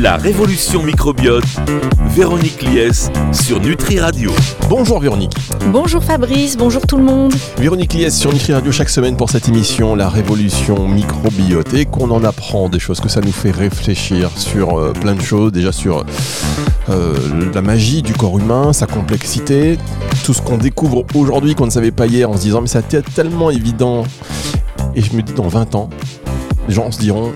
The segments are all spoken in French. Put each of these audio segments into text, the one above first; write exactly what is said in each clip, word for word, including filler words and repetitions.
La révolution microbiote, Véronique Lies sur Nutri Radio. Bonjour Véronique. Bonjour Fabrice, bonjour tout le monde. Véronique Lies sur Nutri Radio chaque semaine pour cette émission La révolution microbiote, et qu'on en apprend des choses, que ça nous fait réfléchir sur euh, plein de choses, déjà sur euh, la magie du corps humain, sa complexité, tout ce qu'on découvre aujourd'hui qu'on ne savait pas hier en se disant mais ça a été tellement évident. Et je me dis dans vingt ans, les gens se diront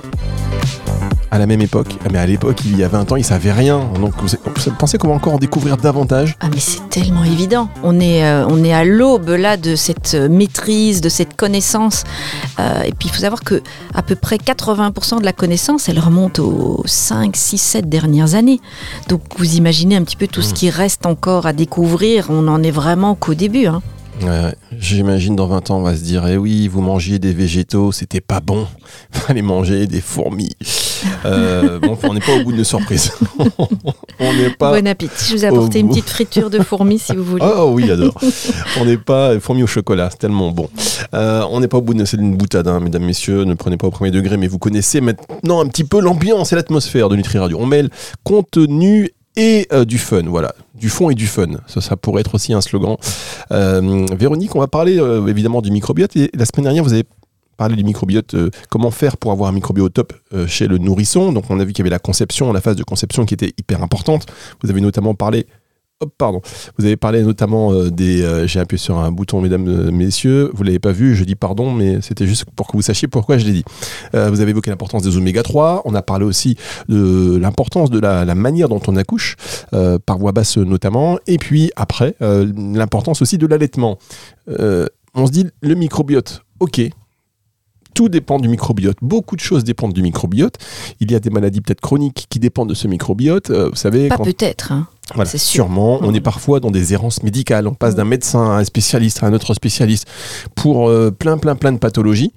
à la même époque, mais à l'époque, il y a vingt ans, ils ne savaient rien. Donc, vous, vous pensez qu'on va encore en découvrir davantage ? Ah, mais c'est tellement évident. On est, euh, on est à l'aube, là, de cette maîtrise, de cette connaissance. Euh, et puis, il faut savoir qu'à peu près quatre-vingts pour cent de la connaissance, elle remonte aux cinq, six, sept dernières années. Donc, vous imaginez un petit peu tout mmh. ce qui reste encore à découvrir. On n'en est vraiment qu'au début, hein. Ouais, j'imagine dans vingt ans on va se dire eh oui, vous mangiez des végétaux, c'était pas bon, fallait manger des fourmis. Euh, bon, on n'est pas au bout de nos surprises. On n'est pas. Bon appétit, je vous ai apporté une petite friture de fourmis si vous voulez. Oh oui, j'adore. On n'est pas fourmis au chocolat, c'est tellement bon. Euh, on n'est pas au bout de c'est une boutade, hein, mesdames, messieurs, ne prenez pas au premier degré, mais vous connaissez maintenant un petit peu l'ambiance et l'atmosphère de Nutri Radio. On mêle contenu et euh, du fun, voilà, du fond et du fun. Ça, ça pourrait être aussi un slogan. Euh, Véronique, on va parler euh, évidemment du microbiote. Et la semaine dernière, vous avez parlé du microbiote. Euh, comment faire pour avoir un microbiote top euh, chez le nourrisson. Donc, on a vu qu'il y avait la conception, la phase de conception qui était hyper importante. Vous avez notamment parlé. Hop, pardon. Vous avez parlé notamment euh, des... Euh, j'ai appuyé sur un bouton, mesdames, euh, messieurs. Vous ne l'avez pas vu, je dis pardon, mais c'était juste pour que vous sachiez pourquoi je l'ai dit. Euh, vous avez évoqué l'importance des oméga trois. On a parlé aussi de l'importance de la, la manière dont on accouche, euh, par voie basse notamment. Et puis après, euh, l'importance aussi de l'allaitement. Euh, on se dit, le microbiote, ok. Tout dépend du microbiote. Beaucoup de choses dépendent du microbiote. Il y a des maladies peut-être chroniques qui dépendent de ce microbiote. Euh, vous savez, Pas quand... peut-être, hein. Voilà, c'est sûr. sûrement. On est parfois dans des errances médicales. On passe d'un médecin à un spécialiste, à un autre spécialiste, pour euh, plein, plein, plein de pathologies.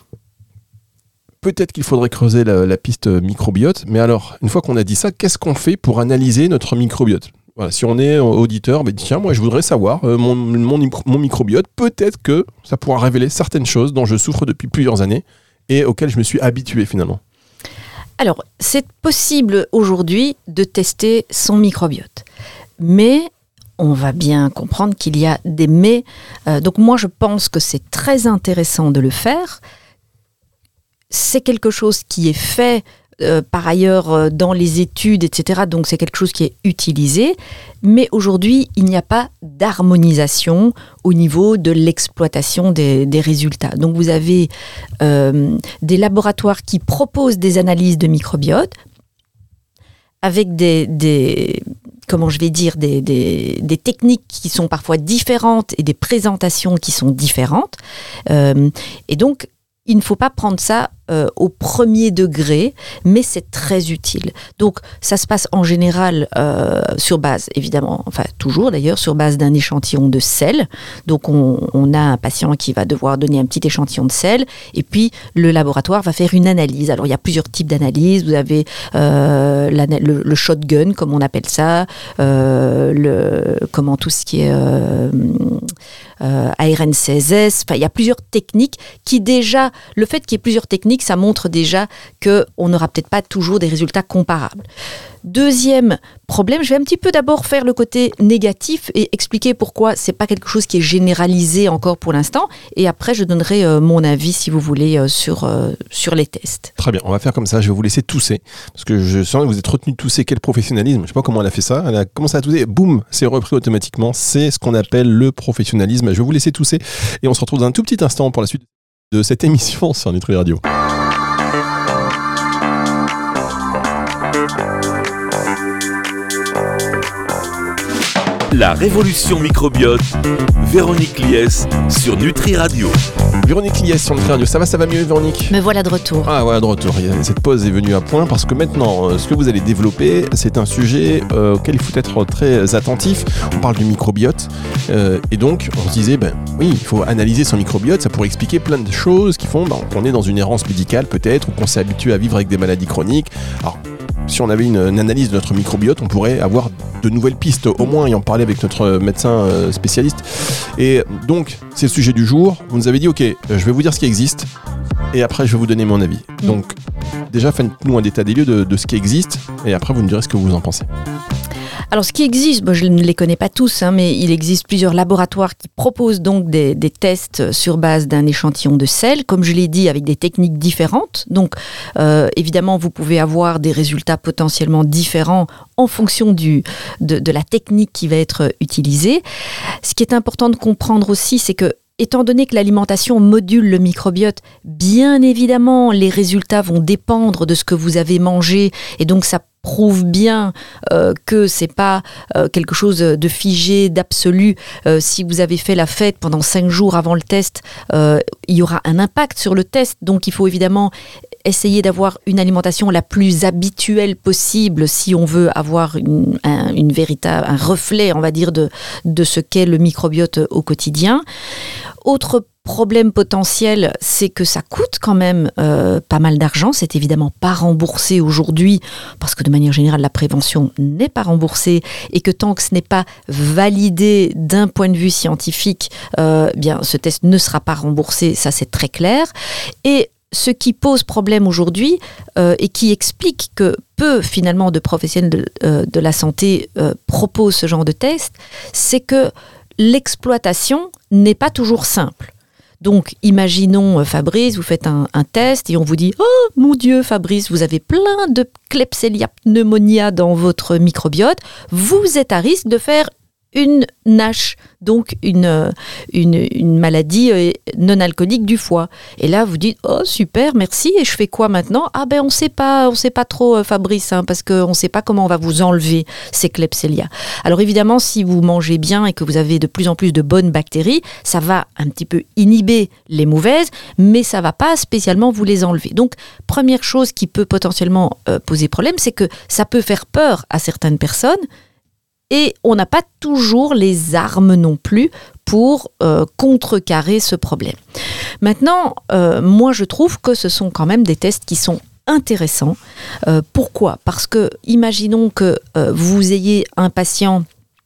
Peut-être qu'il faudrait creuser la, la piste microbiote. Mais alors, une fois qu'on a dit ça, qu'est-ce qu'on fait pour analyser notre microbiote ? Voilà, si on est auditeur, ben tiens, moi je voudrais savoir euh, mon, mon, mon microbiote. Peut-être que ça pourra révéler certaines choses dont je souffre depuis plusieurs années et auxquelles je me suis habitué finalement. Alors, c'est possible aujourd'hui de tester son microbiote. Mais on va bien comprendre qu'il y a des mais. Euh, donc moi, je pense que c'est très intéressant de le faire. C'est quelque chose qui est fait euh, par ailleurs euh, dans les études, et cetera. Donc c'est quelque chose qui est utilisé. Mais aujourd'hui, il n'y a pas d'harmonisation au niveau de l'exploitation des, des résultats. Donc vous avez euh, des laboratoires qui proposent des analyses de microbiote avec des, des comment je vais dire, des, des, des techniques qui sont parfois différentes et des présentations qui sont différentes. Euh, et donc, il ne faut pas prendre ça euh, au premier degré, mais c'est très utile. Donc, ça se passe en général euh, sur base, évidemment, enfin toujours d'ailleurs, sur base d'un échantillon de sel. Donc, on, on a un patient qui va devoir donner un petit échantillon de sel, et puis le laboratoire va faire une analyse. Alors, il y a plusieurs types d'analyses. Vous avez euh, le, le shotgun, comme on appelle ça, euh, le, comment tout ce qui est euh, euh, A R N seize S. Enfin, il y a plusieurs techniques qui déjà, le fait qu'il y ait plusieurs techniques, ça montre déjà qu'on n'aura peut-être pas toujours des résultats comparables. Deuxième problème, je vais un petit peu d'abord faire le côté négatif et expliquer pourquoi c'est pas quelque chose qui est généralisé encore pour l'instant. Et après, je donnerai euh, mon avis, si vous voulez, euh, sur, euh, sur les tests. Très bien, on va faire comme ça. Je vais vous laisser tousser. Parce que je sens que vous êtes retenu de tousser. Quel professionnalisme. Je ne sais pas comment elle a fait ça. Elle a commencé à tousser. Boum, c'est repris automatiquement. C'est ce qu'on appelle le professionnalisme. Je vais vous laisser tousser. Et on se retrouve dans un tout petit instant pour la suite de cette émission sur Nutri Radio. La révolution microbiote, Véronique Lies sur Nutri Radio. Véronique Lies sur Nutri Radio. Ça va, ça va mieux, Véronique ? Me voilà de retour. Ah, voilà, de retour. Cette pause est venue à point parce que maintenant, ce que vous allez développer, c'est un sujet euh, auquel il faut être très attentif. On parle du microbiote. Euh, et donc, on se disait, ben oui, il faut analyser son microbiote. Ça pourrait expliquer plein de choses qui font ben, qu'on est dans une errance médicale, peut-être, ou qu'on s'est habitué à vivre avec des maladies chroniques. Alors, si on avait une, une analyse de notre microbiote, on pourrait avoir de nouvelles pistes, au moins, et en parler avec notre médecin spécialiste. Et donc, c'est le sujet du jour. Vous nous avez dit, ok, je vais vous dire ce qui existe. et après je vais vous donner mon avis. Mmh. Donc déjà faites-nous un état des lieux de, de ce qui existe et après vous nous direz ce que vous en pensez. Alors, ce qui existe, bon, je ne les connais pas tous, hein, mais il existe plusieurs laboratoires qui proposent donc des, des tests sur base d'un échantillon de sel, comme je l'ai dit, avec des techniques différentes. Donc, euh, évidemment, vous pouvez avoir des résultats potentiellement différents en fonction du, de, de la technique qui va être utilisée. Ce qui est important de comprendre aussi, c'est que étant donné que l'alimentation module le microbiote, bien évidemment, les résultats vont dépendre de ce que vous avez mangé et donc ça prouve bien euh, que c'est pas euh, quelque chose de figé, d'absolu. Euh, si vous avez fait la fête pendant cinq jours avant le test, euh, il y aura un impact sur le test. Donc il faut évidemment essayer d'avoir une alimentation la plus habituelle possible si on veut avoir une, un, une véritable, un reflet, on va dire, de, de ce qu'est le microbiote au quotidien. Autre problème potentiel, c'est que ça coûte quand même euh, pas mal d'argent. C'est évidemment pas remboursé aujourd'hui parce que de manière générale, la prévention n'est pas remboursée et que tant que ce n'est pas validé d'un point de vue scientifique, euh, bien, ce test ne sera pas remboursé. Ça, c'est très clair. Et ce qui pose problème aujourd'hui euh, et qui explique que peu finalement de professionnels de, euh, de la santé euh, proposent ce genre de test, c'est que l'exploitation n'est pas toujours simple. Donc, imaginons, Fabrice, vous faites un, un test et on vous dit « Oh, mon Dieu, Fabrice, vous avez plein de Klebsiella pneumonia dans votre microbiote. Vous êtes à risque de faire une N A S H, donc une, une, une maladie non alcoolique du foie. » Et là, vous dites « Oh, super, merci. Et je fais quoi maintenant ?»« Ah ben, on ne sait pas, on sait pas trop, Fabrice, hein, parce qu'on ne sait pas comment on va vous enlever ces Klebsiella. » Alors évidemment, si vous mangez bien et que vous avez de plus en plus de bonnes bactéries, ça va un petit peu inhiber les mauvaises, mais ça ne va pas spécialement vous les enlever. Donc, première chose qui peut potentiellement euh, poser problème, c'est que ça peut faire peur à certaines personnes. Et on n'a pas toujours les armes non plus pour euh, contrecarrer ce problème. Maintenant, euh, moi je trouve que ce sont quand même des tests qui sont intéressants. Euh, pourquoi ? Parce que imaginons que euh, vous ayez un patient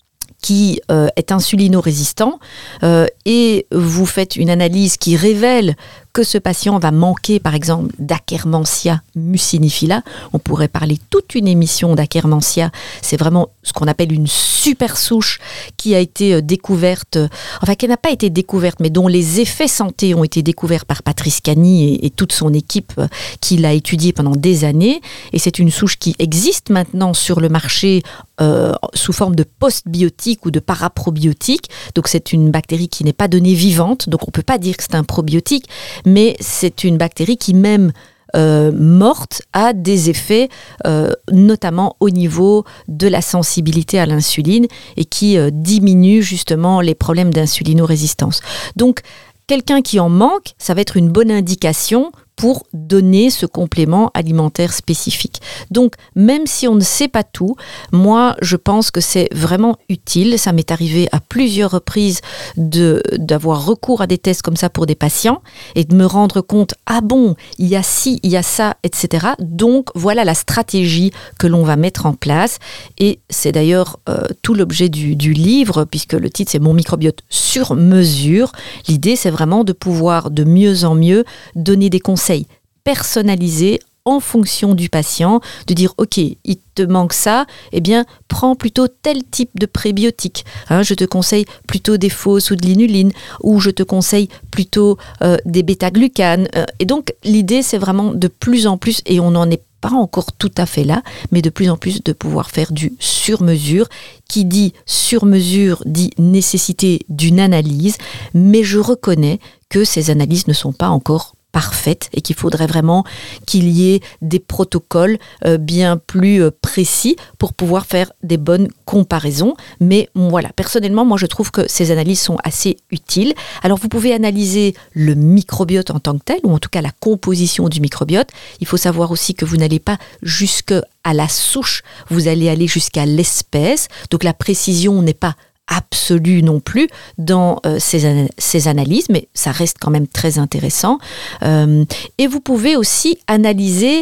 qui euh, est insulino-résistant euh, et vous faites une analyse qui révèle que ce patient va manquer, par exemple, d'Akkermansia mucinifila. On pourrait parler toute une émission d'Akkermansia. C'est vraiment ce qu'on appelle une super souche qui a été découverte, enfin qui n'a pas été découverte, mais dont les effets santé ont été découverts par Patrice Cani et, et toute son équipe qui l'a étudiée pendant des années. Et c'est une souche qui existe maintenant sur le marché euh, sous forme de postbiotique ou de paraprobiotique. Donc c'est une bactérie qui n'est pas donnée vivante, donc on ne peut pas dire que c'est un probiotique, mais c'est une bactérie qui, même euh, morte, a des effets, euh, notamment au niveau de la sensibilité à l'insuline et qui euh, diminue justement les problèmes d'insulinorésistance. Donc, quelqu'un qui en manque, ça va être une bonne indication pour donner ce complément alimentaire spécifique. Donc, même si on ne sait pas tout, moi, je pense que c'est vraiment utile. Ça m'est arrivé à plusieurs reprises de, d'avoir recours à des tests comme ça pour des patients et de me rendre compte, ah bon, il y a ci, il y a ça, et cetera. Donc, voilà la stratégie que l'on va mettre en place. Et c'est d'ailleurs euh, tout l'objet du, du livre, puisque le titre, c'est « Mon microbiote sur mesure ». L'idée, c'est vraiment de pouvoir de mieux en mieux donner des conseils personnalisés en fonction du patient, de dire ok, il te manque ça, eh bien prends plutôt tel type de prébiotique. Hein, je te conseille plutôt des fausses ou de l'inuline, ou je te conseille plutôt euh, des bêta-glucanes. Euh, et donc l'idée, c'est vraiment de plus en plus, et on n'en est pas encore tout à fait là, mais de plus en plus de pouvoir faire du sur-mesure. Qui dit sur-mesure dit nécessité d'une analyse, mais je reconnais que ces analyses ne sont pas encore parfaite et qu'il faudrait vraiment qu'il y ait des protocoles euh, bien plus euh, précis pour pouvoir faire des bonnes comparaisons. Mais voilà, personnellement, moi je trouve que ces analyses sont assez utiles. Alors vous pouvez analyser le microbiote en tant que tel, ou en tout cas la composition du microbiote. Il faut savoir aussi que vous n'allez pas jusqu'à la souche, vous allez aller jusqu'à l'espèce. Donc la précision n'est pas absolue non plus dans euh, ces, an- ces analyses, mais ça reste quand même très intéressant. Euh, et vous pouvez aussi analyser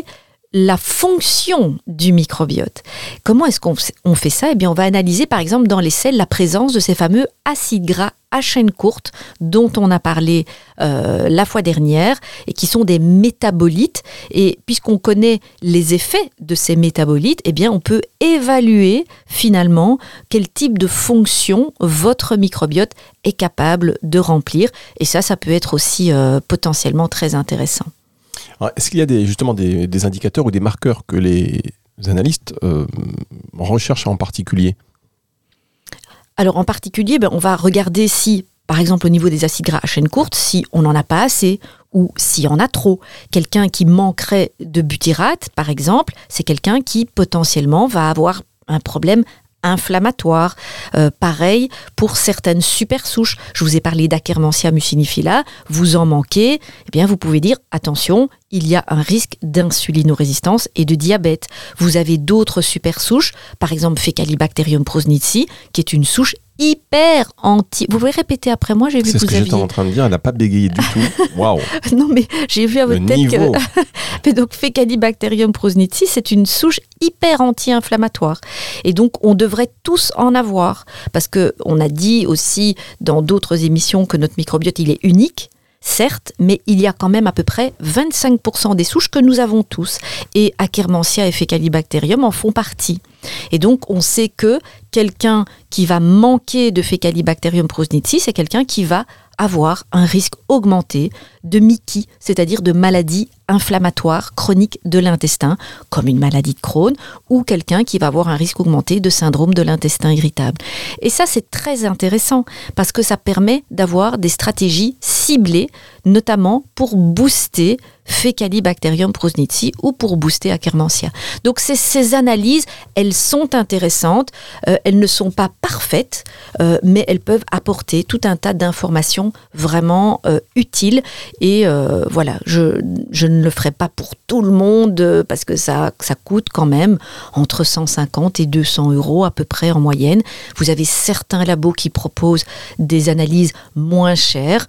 la fonction du microbiote. Comment est-ce qu'on on fait ça ? Eh bien, on va analyser par exemple dans les selles la présence de ces fameux acides gras à chaîne courte dont on a parlé euh, la fois dernière et qui sont des métabolites. Et puisqu'on connaît les effets de ces métabolites, eh bien, on peut évaluer finalement quel type de fonction votre microbiote est capable de remplir. Et ça, ça peut être aussi euh, potentiellement très intéressant. Alors, est-ce qu'il y a des, justement des, des indicateurs ou des marqueurs que les analystes euh, recherchent en particulier ? Alors en particulier, ben, on va regarder si, par exemple au niveau des acides gras à chaîne courte, si on n'en a pas assez ou s'il y en a trop. Quelqu'un qui manquerait de butyrate, par exemple, c'est quelqu'un qui potentiellement va avoir un problème inflammatoire. Euh, pareil pour certaines super souches. Je vous ai parlé d'Akkermansia mucinifila. Vous en manquez, eh bien vous pouvez dire attention, il y a un risque d'insulinorésistance et de diabète. Vous avez d'autres super souches, par exemple Faecalibacterium prausnitzii, qui est une souche hyper anti... Vous pouvez répéter après moi, j'ai vu C'est que ce vous que aviez... j'étais en train de dire, elle n'a pas bégayé du tout. Waouh. Non, mais j'ai vu à votre Le tête niveau. que... Mais donc, Faecalibacterium prausnitzii, c'est une souche hyper anti-inflammatoire. Et donc, on devrait tous en avoir. Parce qu'on a dit aussi dans d'autres émissions que notre microbiote, il est unique. Certes, mais il y a quand même à peu près vingt-cinq pour cent des souches que nous avons tous. Et Akkermansia et Faecalibacterium en font partie. Et donc, on sait que quelqu'un qui va manquer de Faecalibacterium prausnitzii, c'est quelqu'un qui va avoir un risque augmenté de M I C I, c'est-à-dire de maladies inflammatoires chroniques de l'intestin, comme une maladie de Crohn, ou quelqu'un qui va avoir un risque augmenté de syndrome de l'intestin irritable. Et ça, c'est très intéressant, parce que ça permet d'avoir des stratégies ciblées, notamment pour booster Faecalibacterium prausnitzii ou pour booster Akkermansia. Donc ces, ces analyses, elles sont intéressantes, euh, elles ne sont pas parfaites, euh, mais elles peuvent apporter tout un tas d'informations vraiment euh, utiles. Et euh, voilà, je, je ne le ferai pas pour tout le monde, euh, parce que ça, ça coûte quand même entre cent cinquante et deux cents euros à peu près en moyenne. Vous avez certains labos qui proposent des analyses moins chères.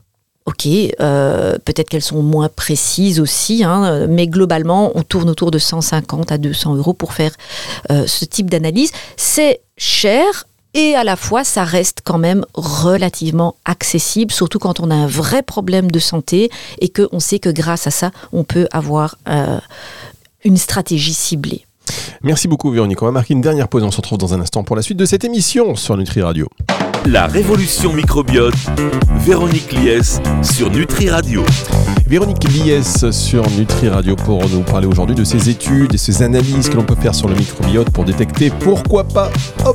Ok, euh, peut-être qu'elles sont moins précises aussi, hein, mais globalement, on tourne autour de cent cinquante à deux cents euros pour faire euh, ce type d'analyse. C'est cher et à la fois, ça reste quand même relativement accessible, surtout quand on a un vrai problème de santé et qu'on sait que grâce à ça, on peut avoir euh, une stratégie ciblée. Merci beaucoup Véronique. On va marquer une dernière pause. On se retrouve dans un instant pour la suite de cette émission sur Nutri Radio. La révolution microbiote, Véronique Lies sur Nutri Radio. Véronique Lies sur Nutri Radio pour nous parler aujourd'hui de ces études et ces analyses que l'on peut faire sur le microbiote pour détecter, pourquoi pas, hop,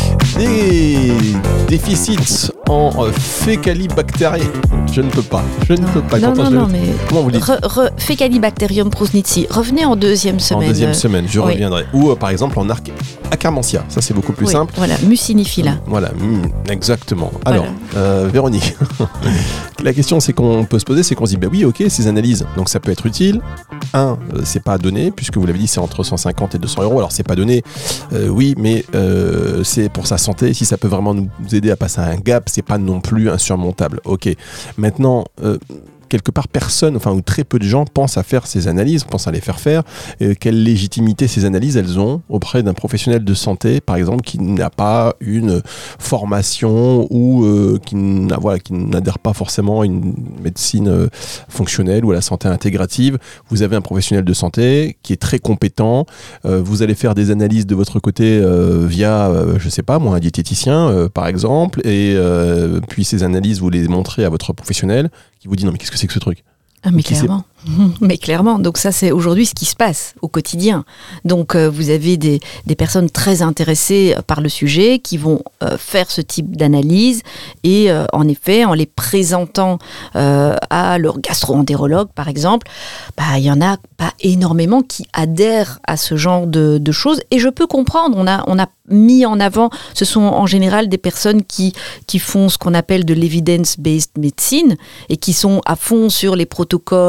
des déficits en Faecalibacterium. Je ne peux pas, je ne peux pas. Non, non, je... non, mais comment vous dites re, re, Faecalibacterium prausnitzii. Revenez en deuxième semaine. En deuxième semaine, je oui. reviendrai. Ou euh, par exemple en arc... Akkermansia, ça c'est beaucoup plus oui, simple. Voilà, mucinifila. Voilà, mm, exactement. Voilà. Alors, euh, Véronique, la question c'est qu'on peut se poser, c'est qu'on se dit, bah oui, ok, ces analyses, donc ça peut être utile. Un, euh, c'est pas donné, puisque vous l'avez dit, c'est entre cent cinquante et deux cents euros. Alors c'est pas donné, euh, oui, mais euh, c'est pour sa santé. Si ça peut vraiment nous aider à passer à un gap, c'est pas non plus insurmontable. Ok. Maintenant, euh, quelque part, personne, enfin, ou très peu de gens pensent à faire ces analyses, pensent à les faire faire. Euh, quelle légitimité ces analyses, elles ont auprès d'un professionnel de santé, par exemple, qui n'a pas une formation ou euh, qui, n'a, voilà, qui n'adhère pas forcément à une médecine euh, fonctionnelle ou à la santé intégrative. Vous avez un professionnel de santé qui est très compétent. Euh, vous allez faire des analyses de votre côté euh, via, euh, je sais pas, moi, un diététicien, euh, par exemple, et euh, puis ces analyses, vous les montrez à votre professionnel qui vous dit non mais qu'est-ce que c'est que ce truc ? Ah, mais clairement. Mais clairement. Donc ça, c'est aujourd'hui ce qui se passe au quotidien. Donc euh, vous avez des, des personnes très intéressées par le sujet qui vont euh, faire ce type d'analyse et euh, en effet, en les présentant euh, à leur gastro-entérologue, par exemple, bah, il y en a pas énormément qui adhèrent à ce genre de, de choses. Et je peux comprendre, on a, on a mis en avant, ce sont en général des personnes qui, qui font ce qu'on appelle de l'evidence-based medicine et qui sont à fond sur les protocoles, les choses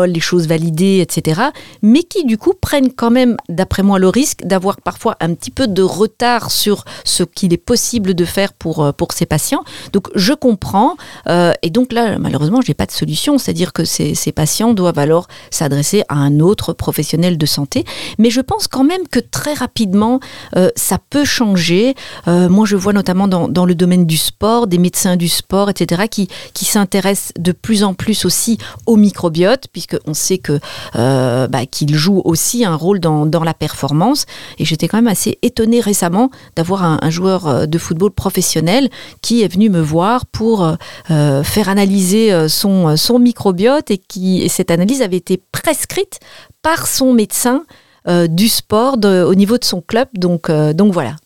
choses validées, et cetera, mais qui du coup prennent quand même, d'après moi, le risque d'avoir parfois un petit peu de retard sur ce qu'il est possible de faire pour, pour ces patients. Donc je comprends, euh, et donc là, malheureusement, je n'ai pas de solution, c'est-à-dire que ces, ces patients doivent alors s'adresser à un autre professionnel de santé, mais je pense quand même que très rapidement, euh, ça peut changer. Euh, moi, je vois notamment dans, dans le domaine du sport, des médecins du sport, et cetera, qui, qui s'intéressent de plus en plus aussi au microbiote, puisqu'on sait que, euh, bah, qu'il joue aussi un rôle dans, dans la performance. Et j'étais quand même assez étonnée récemment d'avoir un, un joueur de football professionnel qui est venu me voir pour euh, faire analyser son, son microbiote, et, qui, et cette analyse avait été prescrite par son médecin euh, du sport de, au niveau de son club. Donc, euh, donc voilà.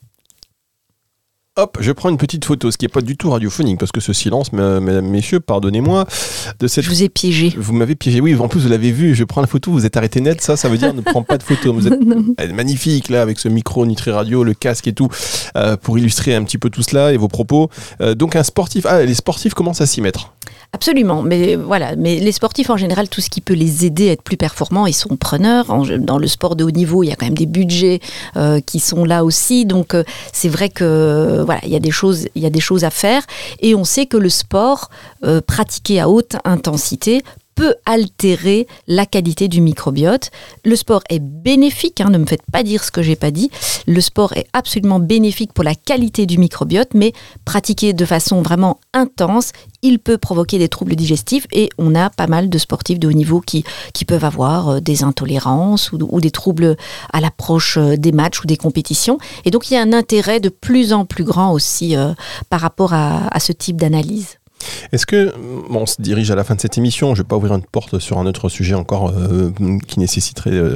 Hop, je prends une petite photo, ce qui n'est pas du tout radiophonique, parce que ce silence, mesdames, messieurs, pardonnez-moi. De cette... Je vous ai piégé. Vous m'avez piégé, oui, en plus vous l'avez vu, je prends la photo, vous êtes arrêté net, ça, ça veut dire ne prends pas de photo. Vous êtes magnifique, là, avec ce micro Nutri Radio, le casque et tout, euh, pour illustrer un petit peu tout cela et vos propos. Euh, donc un sportif, ah, les sportifs commencent à s'y mettre. Absolument, mais voilà, mais les sportifs en général, tout ce qui peut les aider à être plus performants, ils sont preneurs. En, dans le sport de haut niveau, il y a quand même des budgets euh, qui sont là aussi, donc euh, c'est vrai que euh, voilà, il y a des choses, il y a des choses à faire, et on sait que le sport euh, pratiqué à haute intensité peut altérer la qualité du microbiote. Le sport est bénéfique, hein, ne me faites pas dire ce que j'ai pas dit. Le sport est absolument bénéfique pour la qualité du microbiote, mais pratiqué de façon vraiment intense, il peut provoquer des troubles digestifs, et on a pas mal de sportifs de haut niveau qui, qui peuvent avoir des intolérances ou, ou des troubles à l'approche des matchs ou des compétitions. Et donc il y a un intérêt de plus en plus grand aussi euh, par rapport à, à ce type d'analyse. Est-ce que, bon, on se dirige à la fin de cette émission, je ne vais pas ouvrir une porte sur un autre sujet encore euh, qui nécessiterait euh,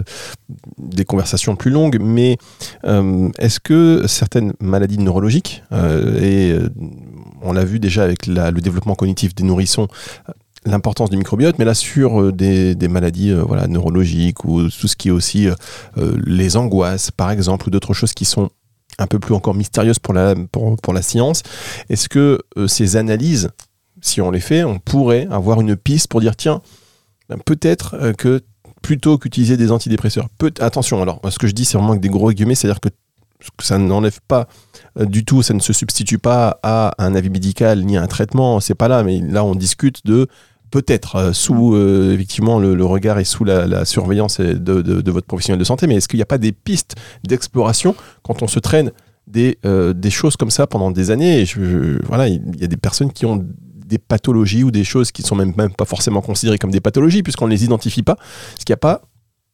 des conversations plus longues, mais euh, est-ce que certaines maladies neurologiques, euh, et euh, on l'a vu déjà avec la, le développement cognitif des nourrissons, l'importance du microbiote, mais là sur euh, des, des maladies euh, voilà, neurologiques, ou tout ce qui est aussi euh, les angoisses par exemple, ou d'autres choses qui sont un peu plus encore mystérieuses pour la, pour, pour la science, est-ce que euh, ces analyses, si on les fait, on pourrait avoir une piste pour dire tiens, ben peut-être euh, que plutôt qu'utiliser des antidépresseurs, peut, attention, alors ce que je dis c'est vraiment avec des gros guillemets, c'est-à-dire que ça n'enlève pas euh, du tout, ça ne se substitue pas à un avis médical ni à un traitement, c'est pas là, mais là on discute de peut-être euh, sous euh, effectivement le, le regard et sous la, la surveillance de, de, de votre professionnel de santé, mais est-ce qu'il n'y a pas des pistes d'exploration quand on se traîne des, euh, des choses comme ça pendant des années, et je, je, voilà, il y a des personnes qui ont des pathologies ou des choses qui ne sont même, même pas forcément considérées comme des pathologies puisqu'on ne les identifie pas. Est-ce qu'il n'y a pas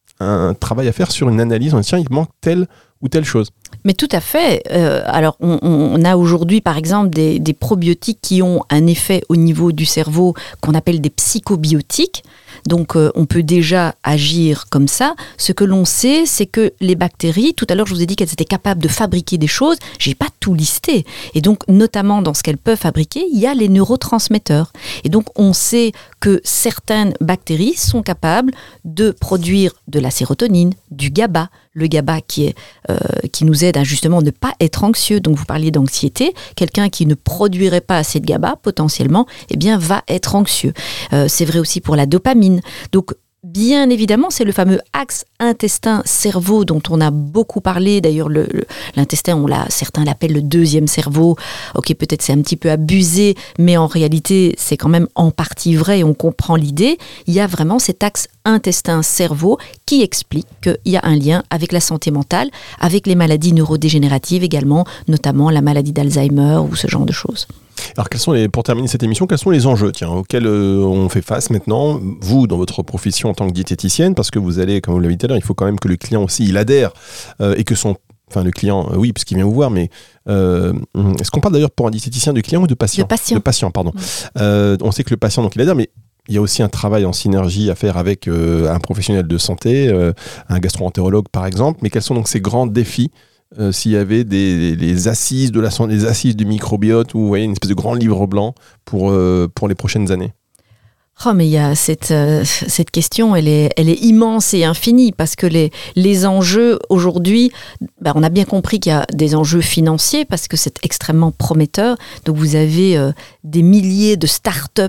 un travail à faire sur une analyse, on dit tiens, il manque telle ou telle chose? Mais tout à fait. Euh, alors, on, on a aujourd'hui, par exemple, des, des probiotiques qui ont un effet au niveau du cerveau qu'on appelle des psychobiotiques. Donc, euh, on peut déjà agir comme ça. Ce que l'on sait, c'est que les bactéries, tout à l'heure, je vous ai dit qu'elles étaient capables de fabriquer des choses. J'ai pas tout listé. Et donc, notamment dans ce qu'elles peuvent fabriquer, il y a les neurotransmetteurs. Et donc, on sait que certaines bactéries sont capables de produire de la sérotonine, du GABA. Le GABA qui, est, euh, qui nous aide à justement ne pas être anxieux. Donc vous parliez d'anxiété. Quelqu'un qui ne produirait pas assez de GABA, potentiellement, eh bien, va être anxieux. Euh, c'est vrai aussi pour la dopamine. Donc, bien évidemment, c'est le fameux axe intestin-cerveau dont on a beaucoup parlé. D'ailleurs, le, le, l'intestin, on l'a, certains l'appellent le deuxième cerveau. Ok, peut-être c'est un petit peu abusé, mais en réalité, c'est quand même en partie vrai et on comprend l'idée. Il y a vraiment cet axe intestin-cerveau qui explique qu'il y a un lien avec la santé mentale, avec les maladies neurodégénératives également, notamment la maladie d'Alzheimer ou ce genre de choses. Alors, quels sont les, pour terminer cette émission, quels sont les enjeux tiens, auxquels euh, on fait face maintenant, vous, dans votre profession en tant que diététicienne, parce que vous allez, comme vous l'avez dit tout à l'heure, il faut quand même que le client aussi, il adhère, euh, et que son, enfin le client, euh, oui, parce qu'il vient vous voir, mais euh, est-ce qu'on parle d'ailleurs pour un diététicien de client ou de patient? De patient. De patient, pardon. Mmh. Euh, on sait que le patient, donc il adhère, mais il y a aussi un travail en synergie à faire avec euh, un professionnel de santé, euh, un gastro-entérologue par exemple, mais quels sont donc ces grands défis? Euh, s'il y avait des, les assises de la santé, les assises du microbiote, ou vous voyez une espèce de grand livre blanc pour, euh, pour les prochaines années. Oh, mais il y a cette, euh, cette question, elle est, elle est immense et infinie, parce que les, les enjeux aujourd'hui, ben, on a bien compris qu'il y a des enjeux financiers, parce que c'est extrêmement prometteur. Donc vous avez euh, des milliers de start-up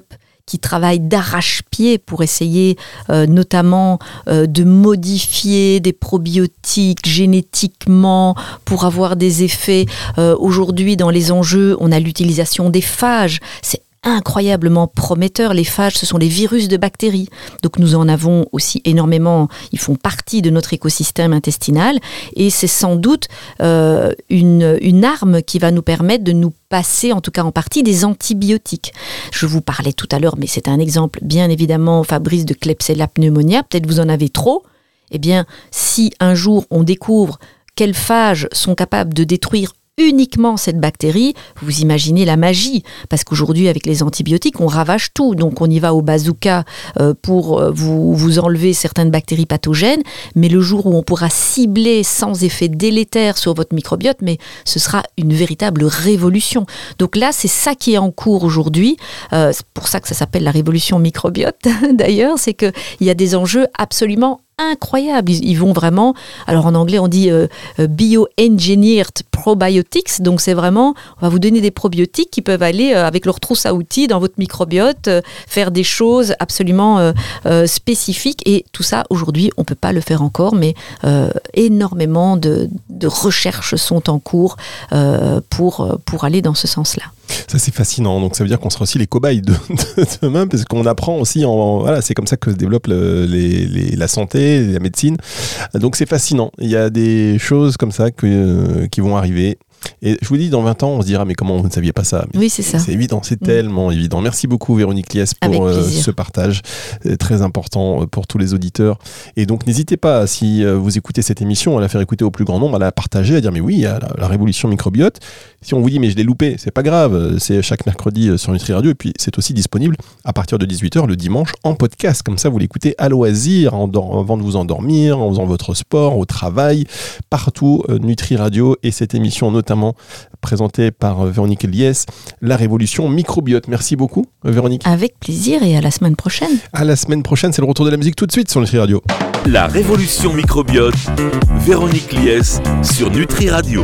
qui travaillent d'arrache-pied pour essayer euh, notamment euh, de modifier des probiotiques génétiquement pour avoir des effets. Euh, aujourd'hui, dans les enjeux, on a l'utilisation des phages. C'est incroyablement prometteur. Les phages, ce sont les virus de bactéries. Donc nous en avons aussi énormément, ils font partie de notre écosystème intestinal et c'est sans doute euh, une, une arme qui va nous permettre de nous passer, en tout cas en partie, des antibiotiques. Je vous parlais tout à l'heure, mais c'est un exemple, bien évidemment, Fabrice, de Klebsiella pneumonia. Peut-être vous en avez trop. Eh bien, si un jour on découvre quels phages sont capables de détruire uniquement cette bactérie, vous imaginez la magie, parce qu'aujourd'hui avec les antibiotiques on ravage tout, donc on y va au bazooka euh, pour euh, vous, vous enlever certaines bactéries pathogènes, mais le jour où on pourra cibler sans effet délétère sur votre microbiote, mais ce sera une véritable révolution. Donc là c'est ça qui est en cours aujourd'hui, euh, c'est pour ça que ça s'appelle la révolution microbiote d'ailleurs, c'est qu'il y a des enjeux absolument incroyable. Ils, ils vont vraiment, alors en anglais on dit euh, bio-engineered probiotics, donc c'est vraiment, on va vous donner des probiotiques qui peuvent aller euh, avec leur trousse à outils dans votre microbiote, euh, faire des choses absolument euh, euh, spécifiques, et tout ça aujourd'hui on ne peut pas le faire encore, mais euh, énormément de, de recherches sont en cours euh, pour, pour aller dans ce sens-là. Ça c'est fascinant, donc ça veut dire qu'on sera aussi les cobayes de, de demain, parce qu'on apprend aussi, en, voilà, c'est comme ça que se développe le, les, les, la santé, la médecine, donc c'est fascinant, il y a des choses comme ça que, euh, qui vont arriver. Et je vous dis, dans vingt ans, on se dira, mais comment vous ne saviez pas ça? Mais oui, c'est ça. C'est évident, c'est mmh. tellement évident. Merci beaucoup, Véronique Liès, pour euh, ce partage euh, très important pour tous les auditeurs. Et donc, n'hésitez pas, si euh, vous écoutez cette émission, à la faire écouter au plus grand nombre, à la partager, à dire, mais oui, il y a la, la révolution microbiote. Si on vous dit, mais je l'ai loupé, c'est pas grave, c'est chaque mercredi sur Nutri Radio, et puis c'est aussi disponible à partir de dix-huit heures le dimanche en podcast. Comme ça, vous l'écoutez à loisir, en dor- avant de vous endormir, en faisant votre sport, au travail, partout, euh, Nutri Radio, et cette émission notamment présentée par Véronique Liès, la révolution microbiote. Merci beaucoup, Véronique. Avec plaisir, et à la semaine prochaine. À la semaine prochaine, c'est le retour de la musique tout de suite sur Nutri Radio. La révolution microbiote, Véronique Liès sur Nutri Radio.